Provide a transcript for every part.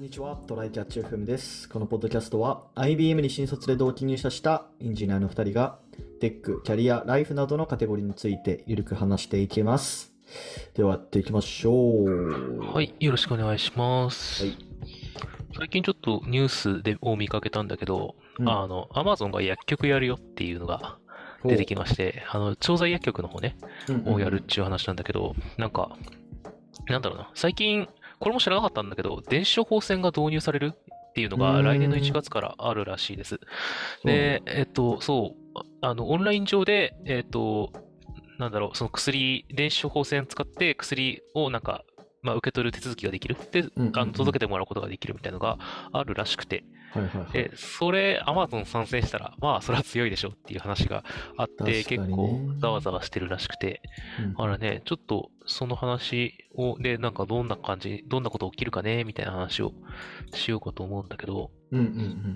にちは、トライキャッチ FM です。このポッドキャストは IBM に新卒で同期入社したエンジニアの2人がテック、キャリア、ライフなどのカテゴリーについてゆるく話していきます。ではやっていきましょう。 はい、よろしくお願いしまはす。 い。 最近ちょっとニュースで見かけたんだけど、 うん。 アマゾンが薬局やるよっていうのが出てほきまして、調剤薬局の方ね、 う。うんうんうをやるっん。 ていう話なんだけど、なんだろうな、最近、これも知らなかったんだけど、電子処方箋が導入されるっていうのうが来年の1 ーん。 月からあるらしいです。で、 そうなんだ。 そう、オンライン上で、その薬、電子処方箋使って薬を受け取る手続きができる。で、 うんうんうん。 届けてもらうことができるみたいなのがあるらしくて。 はいはいはで、 い。 それ、アマゾン参戦したら、まあ、それは強いでしょっていう話があって、 確かに結構ざわね。 ざわしてるらしくて。 うん。 あらね、ちょっと、その話を、で、どんなこと起きるかね、みたいな話をしようかと思うんだけど、 うんうんうん。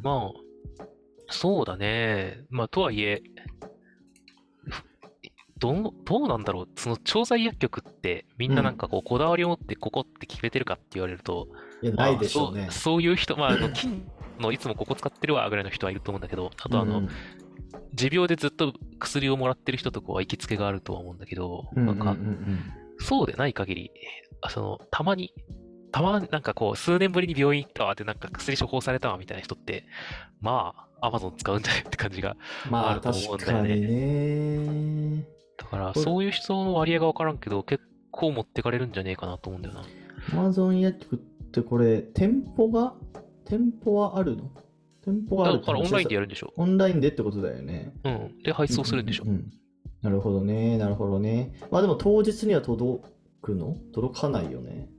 まそうだね。まあ、とはいえ、どうなんだろう。その調剤薬局ってみんなうん。 こだわりを持ってここって決めてるかって言われると、 いや、ないまあ、 でしょうね。 そういう人、金のいつもここ使ってるわぐらいの人はいると思うんだけど、あとうんうん。 持病でずっと薬をもらってる人とかは行きつけがあるとは思うんだけど、 うんうんうんそうでない限り、たまに数年ぶりに病院行ったわって薬処方されたわみたいな人って、まあ、アマゾン使うんじゃないって感じがうん。まあ、 あると思うんだよね。 確かにね。 だから、 これ、 そういう人の割合がわからんけど、結構持ってかれるんじゃねえかなと思うんだよな。 Amazon 薬局ってこれ、店舗はあるの？店舗があるってだからオンライン話はさ、 でやるんでしょ？ オンラインでってことだよね。 うん。で、配うんうん送するんでしょ？ うんうん。なるほどね、なるほどね。まあでも当日には届かないよね。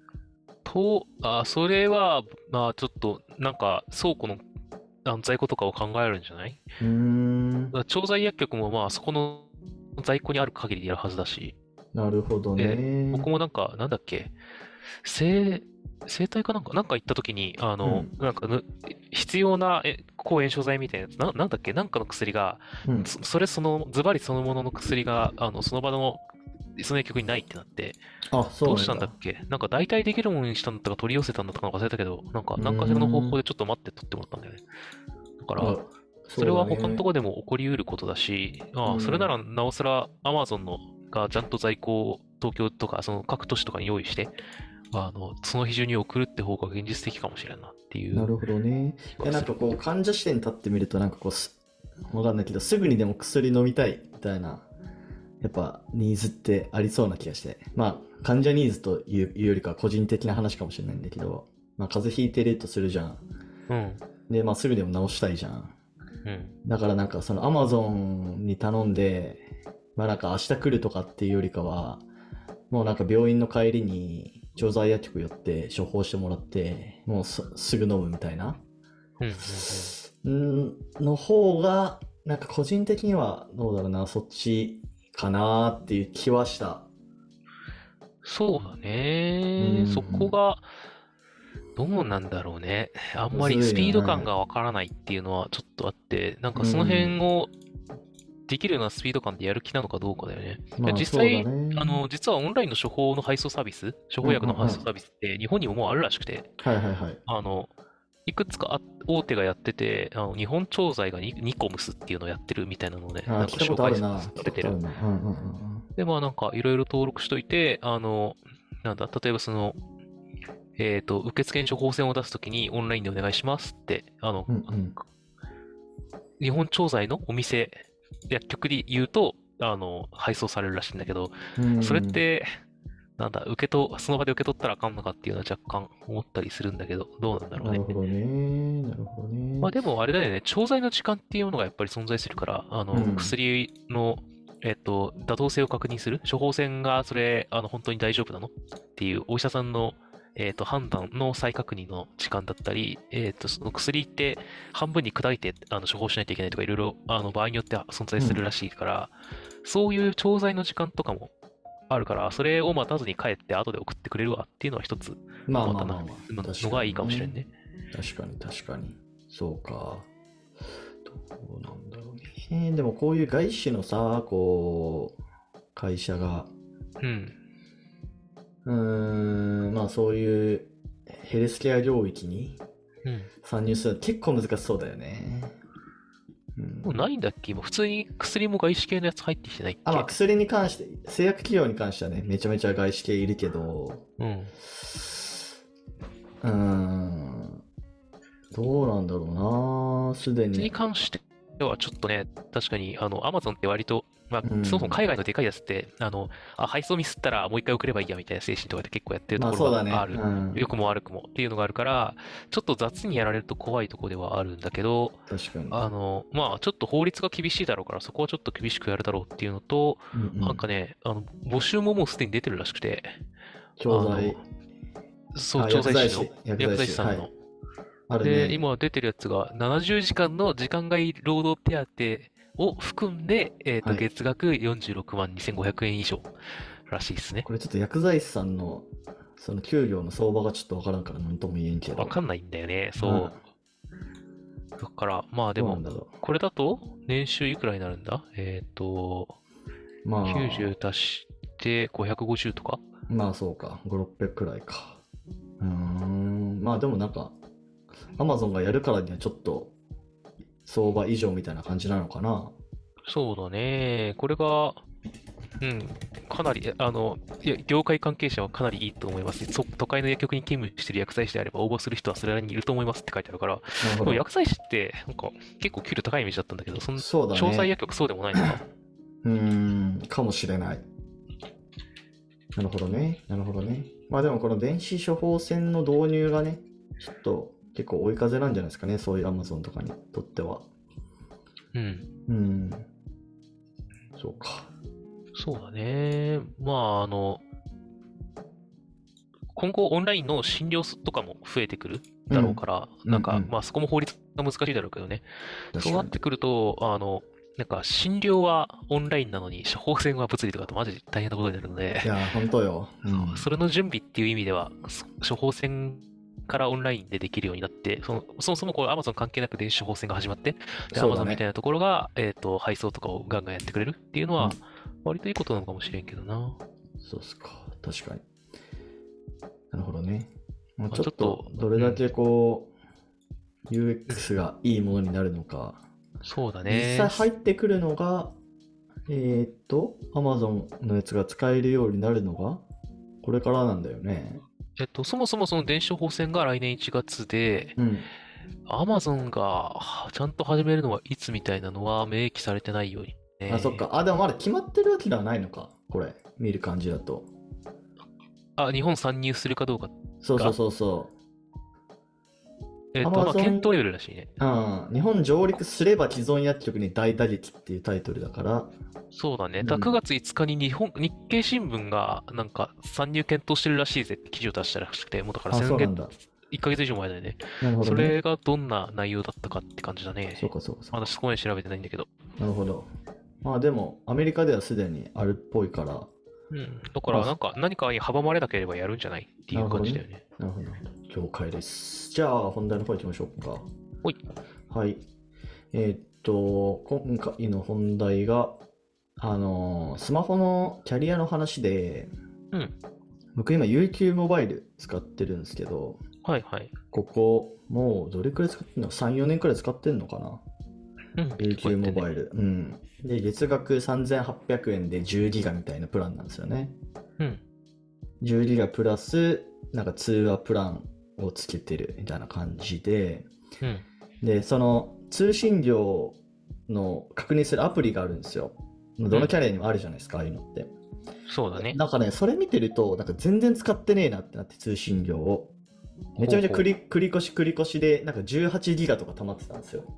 それは、まあ、ちょっと、倉庫の在庫とかを考えるんじゃない？だかうーん、 ら調剤薬局もまあ、そこの在庫にある限りでやるはずだし。 なるほどで、 ね。 僕もなんだっけ、生、生体か行った時に、 うん、 必要な、抗炎症剤みたいなやつ、なんだっけ、なんかの薬が、 うん。 ズバリそのものの薬が、その場の、その薬局にないってなって、 あ、そどうしうなんだ。 たんだっけ？代替できるものにしたんだったか取り寄せたんだったか忘れたけど、 うーなんかしらの方法ん。 でちょっと待って取ってもらったんだよね。だから、 あ、 それそうは他のとだね。 ころでも起こり得ることだし、ああ、それなうん。 らなおさら Amazon がちゃんと在庫を東京とかその各都市とかに用意して、その日中に送るって方が現実的かもしれんなっていうなるほどね。いや、 気はする。 なんかこう、患者視点に立ってみると、わかんないけど、すぐにでも薬飲みたいみたいな、やっぱニーズってありそうな気がして。まあ、患者ニーズというよりかは個人的な話かもしれないんだけど、まあ、風邪ひいてるとするじゃん。 うん、 で、まあ、すぐでも治したいじゃん。 うん。 だからなんかその Amazon に頼んで、まあなんか明日来るとかっていうよりかは、もうなんか病院の帰りに調剤薬局寄って処方してもらって、もうすぐ飲むみたいな。 うん、うん、うん。 の方が、なんか個人的にはどうだろうな、そっちかなっていう気はした。 そうだうね。そこん、 が、どうなんだろうね。あんむずまりスピード感いよね。 がわからないっていうのはちょっとあって、 うそのん。 辺をできるようなスピード感でやる気なのかどうかだよね。 まあそうだ実際、 ね。 実はオンラインの処うん方薬のうんうん。 配送サービスって日本にももうあるらしくて、 はいはいはい。 あの、いくつか大手がやってて、日本調剤がニコムスっていうのをやってるみたいなので、 あー、聞いたこ紹介さとあるな。聞いたれてる。 ことあるな。うんうんうんで、まあいろいろ登録しといて、例えば受付に処方箋を出すときにオンラインでお願いしますって、 うん。うん日本調剤のお店、薬局で言うと、配送されるらしいんだけど、 うん。 それっうん。 て、その場で受け取ったらあかんのかっていうのは若干思ったりするんだけど、どうなんだろうね。 なるほどね。なるほどね。 まあでもあれだよね、調剤の時間っていうものがやっぱり存在するから、 うん。 薬の、妥当性を確認する、処方箋がそれ、本当に大丈夫なのっていうお医者さんの、判断の再確認の時間だったり、その薬って半分に砕いて、処方しないといけないとか、いろいろ、場合によっては存在うん。 するらしいから、そういう調剤の時間とかもあるから、それを待たずに帰って後で送ってくれるわっていうのは一つ、 まあまたな、 まあまあまあ。確かのがいいかもしれんにね。 ね。 確かに確かに。そうか。どうなんだろうね。でもこういう外資のさ、こう、会社が、 うん。 まあそういうヘルスケア領域にうん。 参入するの結構難しそうだよね。 もうないんだっけ？今普通に薬も外資系のやつ入ってきてないっまあけ？ 薬に関して、製薬企業に関してはね、めちゃめちゃ外資系いるけど、 うん。 うーん、どうなんだろうな、すでにに。 関してはちょっとね、確かに、アマゾンって割と、まあ、 うん、 そもそも海外のでかいやつって、配送ミスったらもう一回送ればいいやみたいな精神とかで結構やってるとまあころそうだね。 がある。 うん。 良くも悪くもっていうのがあるから、ちょっと雑にやられると怖いところではあるんだけど、 確かに。 まあ、ちょっと法律が厳しいだろうから、そこはちょっと厳しくやるだろうっていうのと、 うんうん。 なんかね、募集ももうすでに出てるらしくて、 教材、 そう、 あ、 調剤師の、薬薬剤師、はい。 剤師さんの。で、 あるね。 今出てるやつが70時間の時間外労働手当を含んで、 はい。 月額46万2500円以上らしいですね。 これちょっと薬剤師さんの、その給料の相場がちょっとわからんから何とも言えんけど。 わかんないんだよね。 うん。 そう。だから、まあでも、 どうなんだろこれだと年収いくらになるんだう。ま 90足して550とか。 まあそうか。5、600くらいか。まあでもなんか、アマゾンがやるからにはちょっと相場以上みたいな感じなのかな。 そうだね。これが、うん、かなり、いや、業界関係者はかなりいいと思います。都会の薬局に勤務してる薬剤師であれば応募する人はそれなりにいると思いますって書いてあるから、でもなるほど。 薬剤師って、なんか、結構給料高いイメージだったんだけど、調剤そうだね。 薬局そうでもないのか。 かもしれない。なるほどね。なるほどね。まあでもこの電子処方箋の導入がね、ちょっと結構追い風なんじゃないですかね。そういう Amazon とかにとっては。 うん。 うん。そうか。 そうだね。まあ、今後オンラインの診療とかも増えてくるうん。 だろうから、なんか、 うんうん。 まあそこも法律が難しいだろうけどね。そう確かに。 なってくると、なんか診療はオンラインなのに処方箋は物理とかとマジで大変なことになるので、 いやー、ほんとよ。うそう、 ん。 それの準備っていう意味では、処方箋からオンラインでできるようになって、そもそもこう Amazon 関係なく電子処方箋が始まって、で、 そうだ Amazon みたいね。 なところが、配送とかをガンガンやってくれるっていうのは、 うん。 割といいことなのかもしれんけどな。 そうっすか。確かに。なるほどね。まあ、 まあ、 ちょっとちょっと、うん、 どれだけこう UX がいいものになるのか、 そうだね。 実際入ってくるのが、Amazon のやつが使えるようになるのが、これからなんだよね。 そもそもその電子処方箋が来年1月で、 うん。 Amazon がちゃんと始めるのはいつみたいなのは明記されてないようにあ、そっね。 か。あ、でもまだ決まってるわけではないのか。これ、見る感じだと。 あ、日本参入するかどうかそうそうが、 そうそう。 まあ、検 Amazon、 討レベルらしいね。 日本上陸すれば既存薬局に大打撃っていうタイトルだから、 そうだね。9 うん。 月5日に日経新聞がなんか参入検討してるらしいぜって記事を出したらしくて、もうだからあ、 先月、 そうなんだ。 1ヶ月以上前だよね。 なるほどね。 それがどんな内容だったかって感じだね。 そうかそうかそうか。 まだそこまで調べてないんだけど。 なるほど。まあでも、アメリカではすでにあるっぽいから、 うん。だかまあ、 らなんか何かに阻まれなければやるんじゃないっていうなるほどね。 感じだよね。 なるほど。了解です。じゃあ、本題の方行きましょうか。 ほい。 はい。今回の本題が、スマホのキャリアの話で、 うん。 僕今 UQ モバイル使ってるんですけど、 はいはい。 ここ、もうどれくらい使ってんの？ 3、4年くらい使ってんのかな？ うん。結構や UQ ってんね。 モバイル。うん。で、月額3800円で10ギガみたいなプランなんですよね。 うん。 10ギガプラス、なんか通話プランをつけてるみたいな感じで、 うん。 で、その通信量の確認するアプリがあるんですよ。どのうん。 キャリアにもあるじゃないですか、ああいうのって。 そうだね。 なんかね、それ見てると、なんか全然使ってねえなってなって、通信量を。めちゃめちゃほうほう。 繰り越しで、なんか18ギガとか溜まってたんですよ。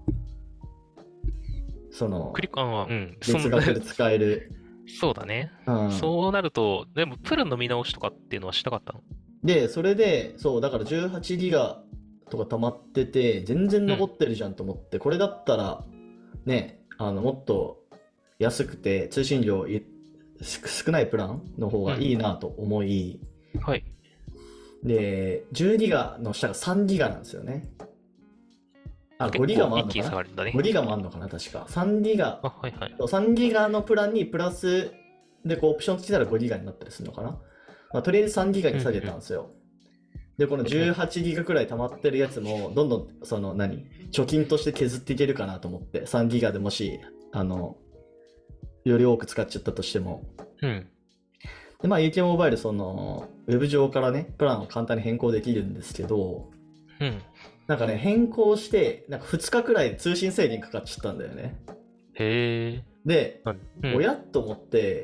その、 クリック、あうん。 月額で使える。 そうだね。 うん。 そうなると、でもプランの見直しとかっていうのはしたかったの？ で、それで、そう、だから18ギガとか溜まってて、全然うん。 残ってるじゃんと思って、これだったら、ね、もっと安くて通信量少ないプランの方うん。 がいいなと思い、 はい。 で、10ギガの下が3ギガなんですよね。あ、 あ、 5ギガ結構一気にもあんのかな？ 下がるんだ 5 ね。 ギガもあんのかな確か。3ギガ、 あ、はいはい。 そう3ギガのプランにプラスでこうオプションつけたら5ギガになったりするのかな、まあ、とりあえず3ギガうんうに下げたんん。 ですよ。 で、この18ギガくらい溜まってるやつも、どんどん、貯金として削っていけるかなと思って、3ギガでもし、より多く使っちゃったとしても。 うん。 で、まあ、UQ モバイル、ウェブ上からね、プランを簡単に変更できるんですけど、 うん。 なんかね、変更して、なんか2日くらい通信制限かかっちゃったんだよね。 へえ。 で、 うん。 おやっと思って、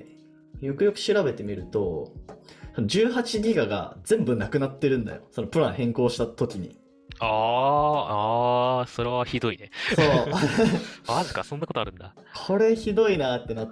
よくよく調べてみると、18ギガが全部なくなってるんだよ。そのプラン変更した時に。 それはひどいね。 そう。 マジか、そんなことあるんだ。 これひどいなってなって、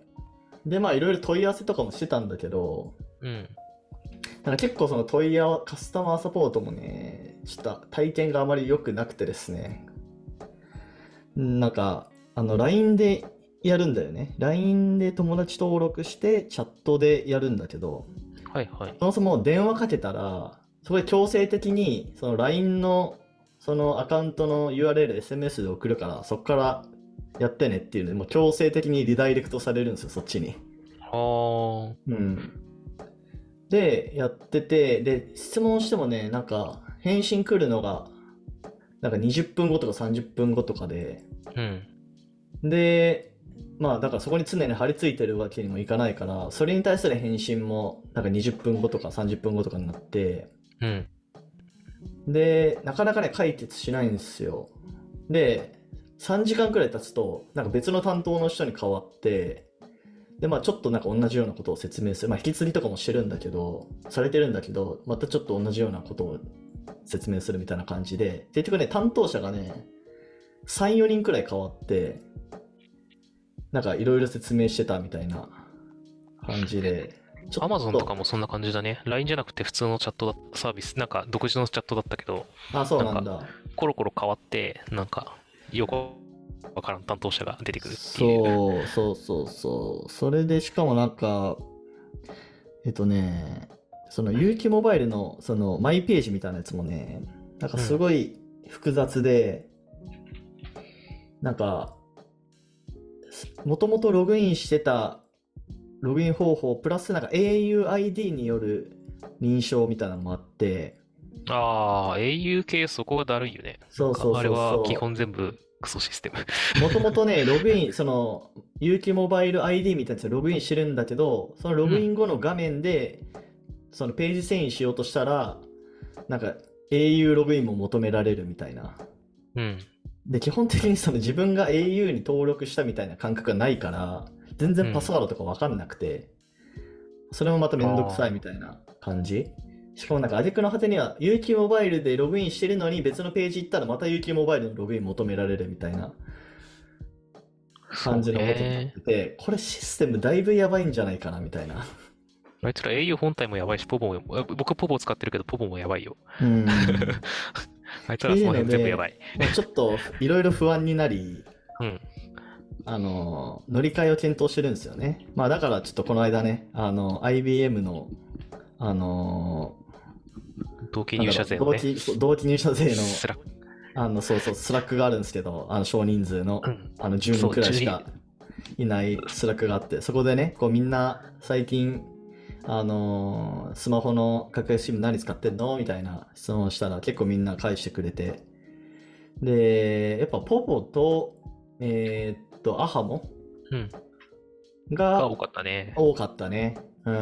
で、まあいろいろ問い合わせとかもしてたんだけど、 うん。 なんか結構そのカスタマーサポートもね、ちょっと体験があまり良くなくてですね、なんか、LINE でやるんだよね。LINE で友達登録してチャットでやるんだけど、 はいはい。 そもそも電話かけたら、そこで強制的に、その LINE の、そのアカウントの URL、SMS で送るから、そこからやってねっていうので、もう強制的にリダイレクトされるんですよ、そっちに。 はうん。で、やってて、で、質問してもね、なんか、返信来るのが、なんか20分後とか30分後とかで、 うん。 で、まあ、だからそこに常に張り付いてるわけにもいかないから、それに対する返信も、なんか20分後とか30分後とかになって、 うん。 で、なかなかね、解決しないんですよ。で、3時間くらい経つと、なんか別の担当の人に変わって、で、まあちょっとなんか同じようなことを説明する。まあ引き継ぎとかもしてるんだけど、されてるんだけど、またちょっと同じようなことを説明するみたいな感じで、結局ね、担当者がね、3、4人くらい変わって、なんかいろいろ説明してたみたいな感じで、ちょっ Amazon とかと、 もそんな感じだね。LINE じゃなくて普通のチャットサービス、なんか独自のチャットだったけど、 あ、そうなんかなんだ。 コロコロ変わって、なんかよくわからん担当者が出てくるっていう。 そう、そうそうそう。それでしかもなんか、えっとね、その有機モバイルのそのマイページみたいなやつもね、なんかうん。 すごい複雑で、なんか、もともとログインしてたログイン方法、プラスなんか auID による認証みたいなのもあって、 au 系そこがだるいよね。なんか、 そうそうそうあれは基そ本全部クソシステム。 う。もともとね、ログイン、有機モバイル ID みたいなやつでログインしてるんだけど、そのロうん。 グイン後の画面で、そのページ遷移しようとしたら、なんか au ログインも求められるみたいな。 うん。 で、基本的にその自分が au に登録したみたいな感覚がないから、全然パスうん。 ワードとかわかんなくて、それもまためんどくさいみあたいな感じ。しかもなんか挙句の果てには UQ モバイルでログインしてるのに別のページ行ったらまた UQ モバイルのログイン求められるみたいな感そうじのことになっね。 てて、これシステムだいぶやばいんじゃないかなみたいな。 あいつら au 本体もやばいし、ポポも、僕ポポ使ってるけど、ポポもやばいよ。 うーん。っあいつていうらそのので、 辺全部やばい。 まあ、ちょっといろいろ不安になり、 うん。 乗り換えを検討してるんですよね。まあだからちょっとこの間ね、IBM の、あの同期入社税のね、 同期入社税の、 スラック、 そうそう、スラックがあるんですけど、少人数の、 うん。 10人そう、 くらいし 12、 かいないスラックがあって、そこでね、こうみんな最近、スマホの格安 SIM 何使ってんのみたいな質問をしたら結構みんな返してくれて、で、やっぱポポと、アハモうん。がが多かったね。 多かったね。うん。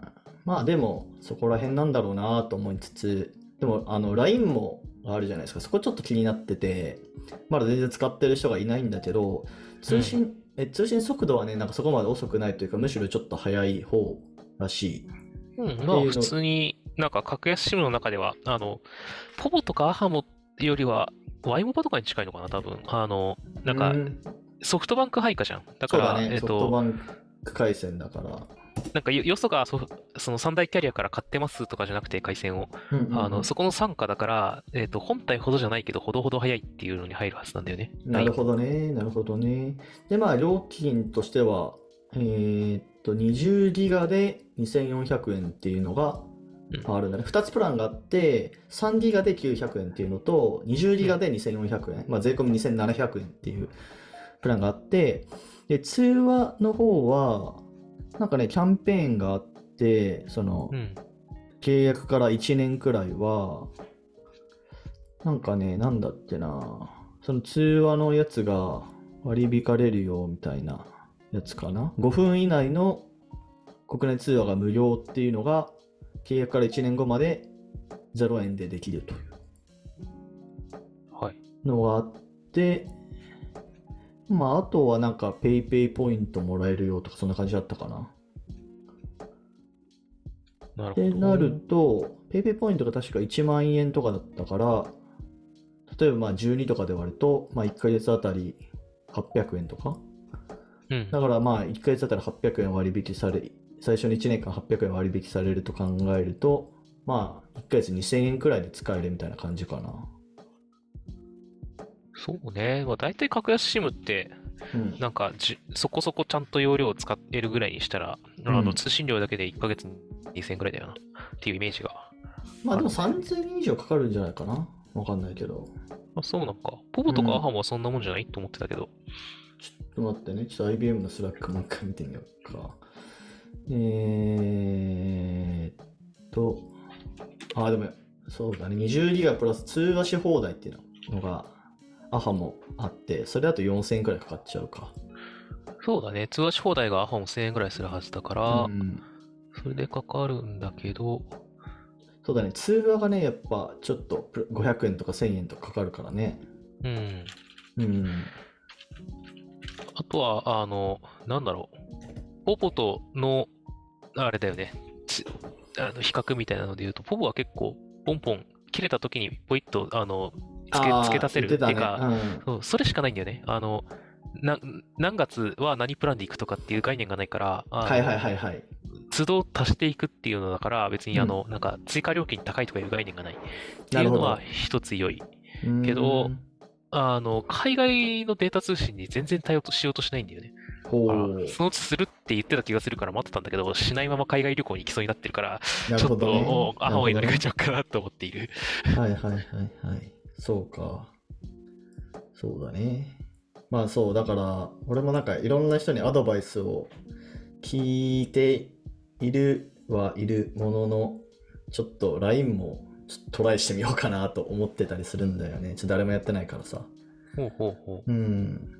まあでも、そこら辺なんだろうなと思いつつ、でも、LINE もあるじゃないですか。そこちょっと気になってて、まだ全然使ってる人がいないんだけど、 うん。 通信速度はね、なんかそこまで遅くないというか、むしろちょっと速い方らしい。 うん。まあ普っていうの、 通になんか格安 SIM の中では、ポポとかアハモよりは、ワイモバとかに近いのかな、多分。 うなんかん、 ソフトバンク配下じゃん。だから、 そうだね、ソフトバンク回線だから。 なんかよそがその三大キャリアから買ってますとかじゃなくて回線を、 うんうんそこの傘下だから、本体ほどじゃないけど、ほどほど早いっていうのに入るはずなんだよね。 うん。なる LINE ほも。 どね、なるほどね。で、まあ、料金としては、20ギガで2400円っていうのがうん。 あるんだね。2つプランがあって、3ギガで900円っていうのと、20ギうん。 ガで2400円、まあ、税込み2700円っていうプランがあって、で、通話の方は、なんかね、キャンペーンがあって、 うん。 契約から1年くらいは、なんかね、なんだっけな、その通話のやつが割り引かれるよみたいなやつかな。5分以内の国内通話が無料っていうのが、契約から1年後まで0円でできるというはい。 のがあって、まあ、あとはなんか PayPay ポイントもらえるよとか、そんな感じだったかな。 なるってほど。 なると、PayPay ポイントが確か1万円とかだったから、例えばまあ12とかで割ると、まあ、1ヶ月あたり800円とか。 うん。 だからまあ1ヶ月あたり800円割引され、最初の1年間800円割引されると考えると、まあ1ヶ月2000円くらいで使えるみたいな感じかな。 そうね。まあ、大体格安 SIM って、 うん。 なんかそこそこちゃんと容量を使えるぐらいにしたら、 うん通信料だけで1ヶ月2000円ぐらいだよな。っていうイメージがまあでもあるんで。 3000円以上かかるんじゃないかな。わかんないけど。 あ、そうなんか。ポボとかアうん。 ハモはそんなもんじゃないと思ってたけど。 ちょっと待ってね。ちょっと IBM のスラックもう一回見てみようか。と、でも、そうだね。20ギガプラス通話し放題っていうのが、アハもあって、それだと4000円くらいかかっちゃうか。 そうだね。通話し放題がアハモ1000円ぐらいするはずだかうら、 ん。 それでかかるんだけど、 そうだね。通話がね、やっぱちょっと500円とか1000円とかかかるからね。 うん。 うん。 あとは、なんだろう。ポポとの、あれだよね。比較みたいなので言うと、ポポは結構、ポンポン、切れた時にポイッと、付け足せる。 言ってたね。 てか、そう、それしかないんだよね。な、何月は何プランで行くとかっていう概念がないから、 はいはいはいはい。 都度足していくっていうのだから、別にうん。 なんか追加料金高いとかいう概念がないっていうのはなるほど。 一つ良い。 うーけど、 ん。 海外のデータ通信に全然対応しようとしないんだよね。だから、 ほそのうちするって言ってた気がするから待ってたんだけど、しないまま海外旅行に行きそうになってるから、 う。なるほちょっと、 どね。 アハモに乗り換えなるほどね。 ちゃおうかなと思っている。 はいはいはいはい。そうか。そうだね。まあそう、だから、俺もなんかいろんな人にアドバイスを聞いているものの、ちょっと LINE もちょっとトライしてみようかなと思ってたりするんだよね。ちょっと誰もやってないからさ。 ほうほうほうん。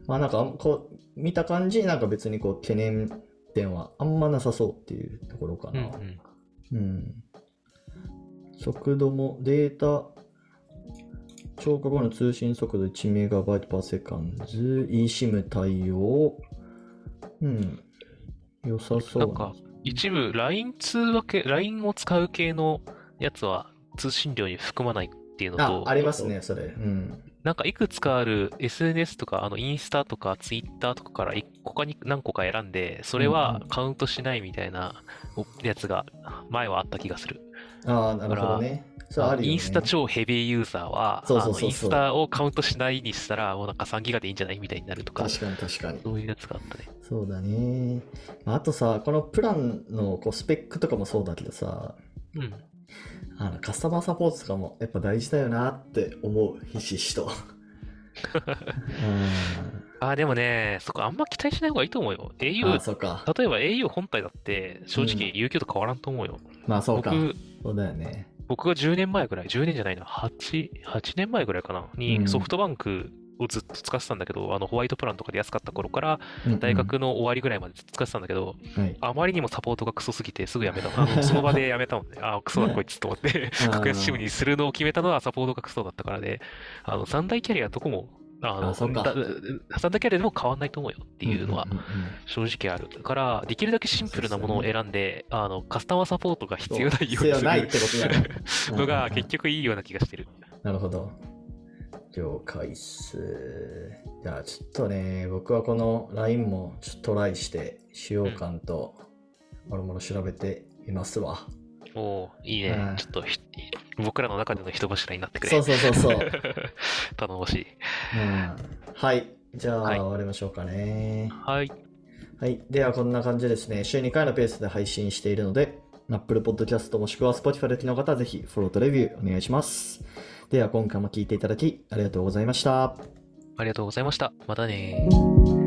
まあなんかこう、見た感じ、なんか別にこう懸念点はあんまなさそうっていうところかう。うんうな。 ん。 うん。速度もデータ超過後の通信速度 1MB/s、eSIM 対応。うん。良さそうな。 なんか、一部 LINE 通話系、LINE を使う系のやつは通信料に含まないっていうのあと、 りますね、それ。うん。 なんかいくつかある SNS とか、インスタとかツイッターとかから他に何個か選んで、そうんうれはん。 カウントしないみたいなやつが前はあった気がする。 なるだから、 ほどね。それあるインスタよね。 超ヘビーユーザーは、 そうそうそインスうそう。 タをカウントしないにしたら、もうなんか3ギガでいいんじゃないみたいになるとか、 確かに確かに。 そういうやつがあったね。 そうだね。あとさ、このプランのこうスペックとかもそうだけどさ、 うん。 カスタマーサポートとかもやっぱ大事だよなって思う、ひしひしと。うん。 でもね、そこあんま期待しない方がいいと思うよ。au、 そうか。 例えば au 本体だって正直うん。 UQ と変わらんと思うよ。 まあそうか。 僕、 そうだよね。 僕が10年前ぐらい、10年じゃないな、8年前ぐらいかな、にソフうん。 トバンクをずっと使ってたんだけど、ホワイトプランとかで安かった頃からうんうん。 大学の終わりぐらいまでずっと使ってたんだけど、 はい。 あまりにもサポートがクソすぎてすぐやめた。その場でやめたもんね。クソだこいつと思って格安シムあにするのを決めたのはサポートがクソだったからで、三大キャリアどこも、 そうか。 三大キャリアでも変わんないと思うよってうんうんういうのはん正直ある。だから、できるだけシンプルなものをそうですよね。 選んで、カスタマーサポートが必要そう。 ないよう必要ないっにするてことだね。うんうんうのが結ん。 局いいような気がしてる。 なるほど。了解っす。じゃあちょっとね、僕はこの LINE もちょっとトライして使用うん。 感ともろもろ調べてみますわ。 おー、いいね。 うん。 ちょっと僕らの中での人柱になってくれ。 そうそうそうそ頼もしい。 う。うん。はい。じゃあはい。 終わりましょうかね。 はい。 はい。ではこんな感じでですね、週2回のペースで配信しているので、Apple Podcast もしくは Spotify でお聞きの方はぜひフォローとレビューお願いします。では今回も聞いていただきありがとうございました。 ありがとうございました。またねー。